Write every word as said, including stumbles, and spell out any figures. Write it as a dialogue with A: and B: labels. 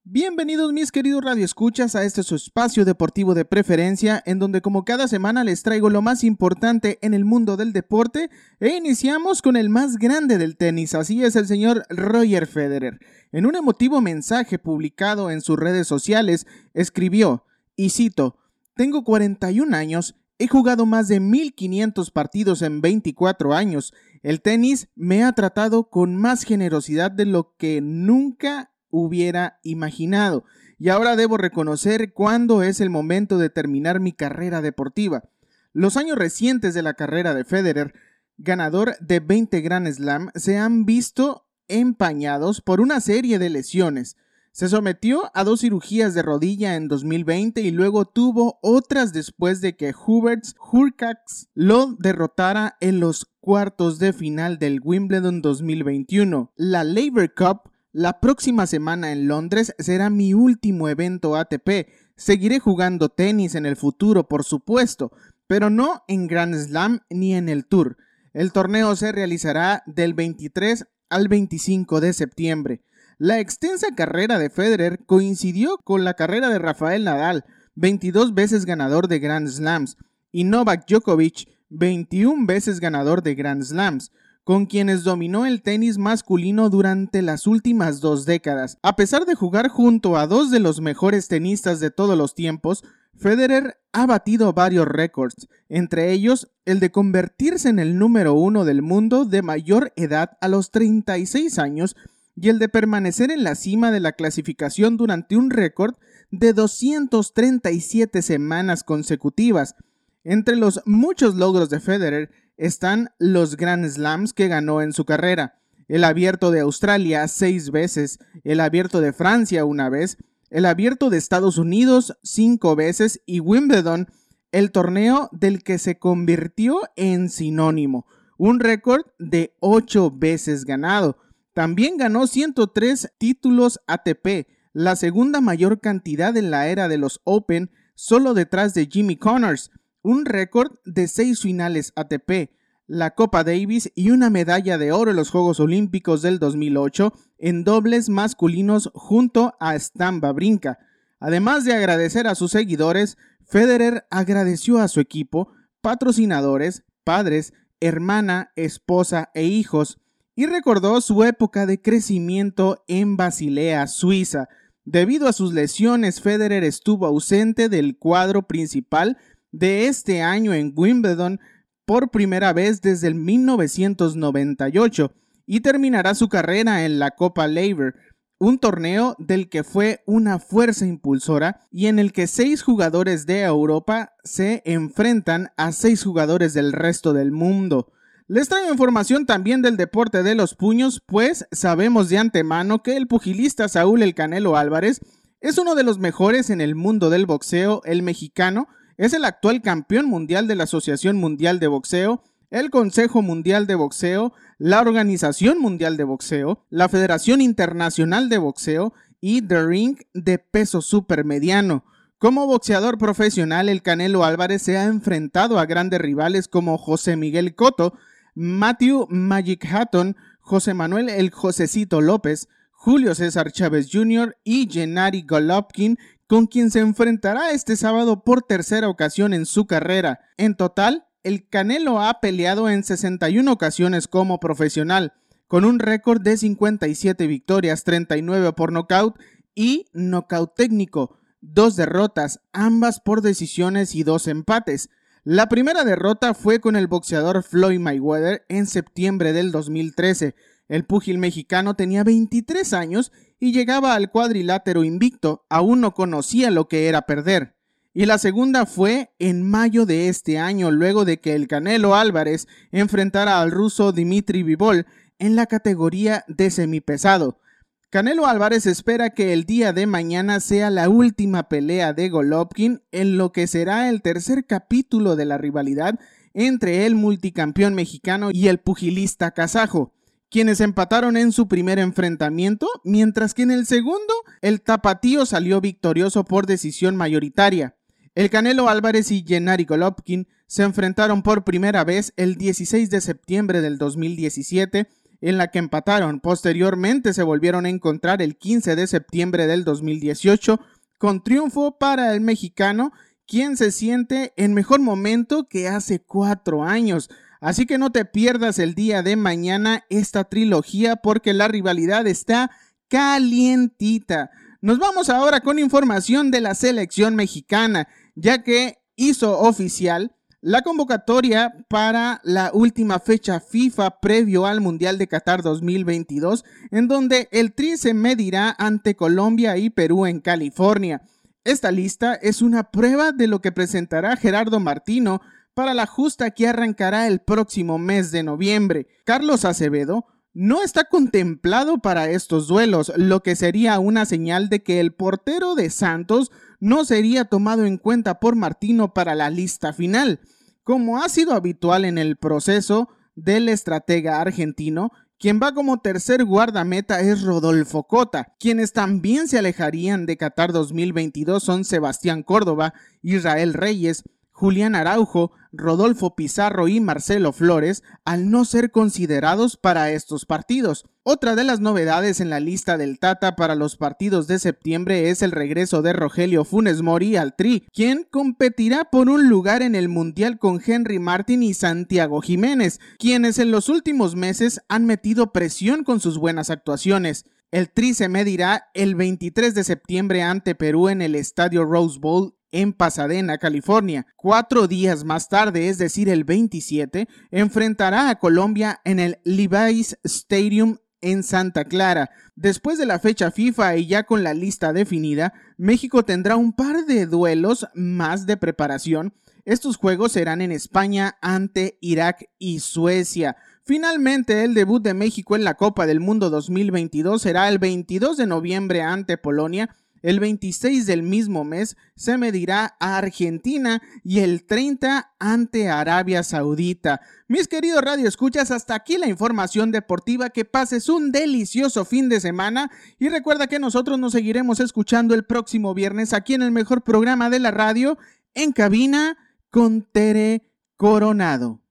A: Bienvenidos mis queridos radioescuchas a este su espacio deportivo de preferencia, en donde como cada semana les traigo lo más importante en el mundo del deporte e iniciamos con el más grande del tenis, así es el señor Roger Federer. En un emotivo mensaje publicado en sus redes sociales, escribió, y cito, «Tengo cuarenta y un años, he jugado más de mil quinientos partidos en veinticuatro años. El tenis me ha tratado con más generosidad de lo que nunca hubiera imaginado, y ahora debo reconocer cuándo es el momento de terminar mi carrera deportiva». Los años recientes de la carrera de Federer, ganador de veinte Grand Slam, se han visto empañados por una serie de lesiones. Se sometió a dos cirugías de rodilla en dos mil veinte y luego tuvo otras después de que Hubert Hurkacz lo derrotara en los cuartos de final del Wimbledon dos mil veintiuno. La Laver Cup la próxima semana en Londres será mi último evento A T P. Seguiré jugando tenis en el futuro, por supuesto, pero no en Grand Slam ni en el Tour. El torneo se realizará del veintitrés al veinticinco de septiembre. La extensa carrera de Federer coincidió con la carrera de Rafael Nadal, veintidós veces ganador de Grand Slams, y Novak Djokovic, veintiuna veces ganador de Grand Slams, con quienes dominó el tenis masculino durante las últimas dos décadas. A pesar de jugar junto a dos de los mejores tenistas de todos los tiempos, Federer ha batido varios récords, entre ellos el de convertirse en el número uno del mundo de mayor edad a los treinta y seis años y el de permanecer en la cima de la clasificación durante un récord de doscientas treinta y siete semanas consecutivas. Entre los muchos logros de Federer están los Grand Slams que ganó en su carrera, el Abierto de Australia seis veces, el Abierto de Francia una vez, el Abierto de Estados Unidos cinco veces y Wimbledon, el torneo del que se convirtió en sinónimo, un récord de ocho veces ganado. También ganó ciento tres títulos A T P, la segunda mayor cantidad en la era de los Open, solo detrás de Jimmy Connors, un récord de seis finales A T P, la Copa Davis y una medalla de oro en los Juegos Olímpicos del dos mil ocho en dobles masculinos junto a Stan Wawrinka. Además de agradecer a sus seguidores, Federer agradeció a su equipo, patrocinadores, padres, hermana, esposa e hijos, y recordó su época de crecimiento en Basilea, Suiza. Debido a sus lesiones, Federer estuvo ausente del cuadro principal de este año en Wimbledon por primera vez desde el mil novecientos noventa y ocho y terminará su carrera en la Copa Laver, un torneo del que fue una fuerza impulsora y en el que seis jugadores de Europa se enfrentan a seis jugadores del resto del mundo. Les traigo información también del deporte de los puños, pues sabemos de antemano que el pugilista Saúl El Canelo Álvarez es uno de los mejores en el mundo del boxeo. El mexicano es el actual campeón mundial de la Asociación Mundial de Boxeo, el Consejo Mundial de Boxeo, la Organización Mundial de Boxeo, la Federación Internacional de Boxeo y The Ring de peso supermediano. Como boxeador profesional, el Canelo Álvarez se ha enfrentado a grandes rivales como José Miguel Cotto, Matthew Magic Hatton, José Manuel El Josecito López, Julio César Chávez junior y Gennady Golovkin, con quien se enfrentará este sábado por tercera ocasión en su carrera. En total, el Canelo ha peleado en sesenta y una ocasiones como profesional, con un récord de cincuenta y siete victorias, treinta y nueve por nocaut y nocaut técnico, dos derrotas, ambas por decisiones y dos empates. La primera derrota fue con el boxeador Floyd Mayweather en septiembre del dos mil trece. El púgil mexicano tenía veintitrés años y llegaba al cuadrilátero invicto, aún no conocía lo que era perder. Y la segunda fue en mayo de este año, luego de que el Canelo Álvarez enfrentara al ruso Dmitry Bivol en la categoría de semipesado. Canelo Álvarez espera que el día de mañana sea la última pelea de Golovkin en lo que será el tercer capítulo de la rivalidad entre el multicampeón mexicano y el pugilista kazajo, quienes empataron en su primer enfrentamiento, mientras que en el segundo el tapatío salió victorioso por decisión mayoritaria. El Canelo Álvarez y Gennady Golovkin se enfrentaron por primera vez el dieciséis de septiembre del dos mil diecisiete en la que empataron. Posteriormente se volvieron a encontrar el quince de septiembre del dos mil dieciocho con triunfo para el mexicano, quien se siente en mejor momento que hace cuatro años. Así que no te pierdas el día de mañana esta trilogía porque la rivalidad está calientita. Nos vamos ahora con información de la selección mexicana, ya que hizo oficial la convocatoria para la última fecha FIFA previo al Mundial de Qatar dos mil veintidós, en donde el Tri se medirá ante Colombia y Perú en California. Esta lista es una prueba de lo que presentará Gerardo Martino para la justa que arrancará el próximo mes de noviembre. Carlos Acevedo no está contemplado para estos duelos, lo que sería una señal de que el portero de Santos no sería tomado en cuenta por Martino para la lista final, como ha sido habitual en el proceso del estratega argentino. Quien va como tercer guardameta es Rodolfo Cota. Quienes también se alejarían de Qatar dos mil veintidós son Sebastián Córdoba, Israel Reyes, Julián Araujo, Rodolfo Pizarro y Marcelo Flores, al no ser considerados para estos partidos. Otra de las novedades en la lista del Tata para los partidos de septiembre es el regreso de Rogelio Funes Mori al Tri, quien competirá por un lugar en el Mundial con Henry Martin y Santiago Jiménez, quienes en los últimos meses han metido presión con sus buenas actuaciones. El Tri se medirá el veintitrés de septiembre ante Perú en el estadio Rose Bowl en Pasadena, California. Cuatro días más tarde, es decir, el veintisiete, enfrentará a Colombia en el Levi's Stadium en Santa Clara. Después de la fecha FIFA y ya con la lista definida, México tendrá un par de duelos más de preparación. Estos juegos serán en España ante Irak y Suecia. Finalmente, el debut de México en la Copa del Mundo dos mil veintidós será el veintidós de noviembre ante Polonia. El veintiséis del mismo mes se medirá a Argentina y el treinta ante Arabia Saudita. Mis queridos radioescuchas, hasta aquí la información deportiva. Que pases un delicioso fin de semana y recuerda que nosotros nos seguiremos escuchando el próximo viernes aquí en el mejor programa de la radio, En Cabina con Tere Coronado.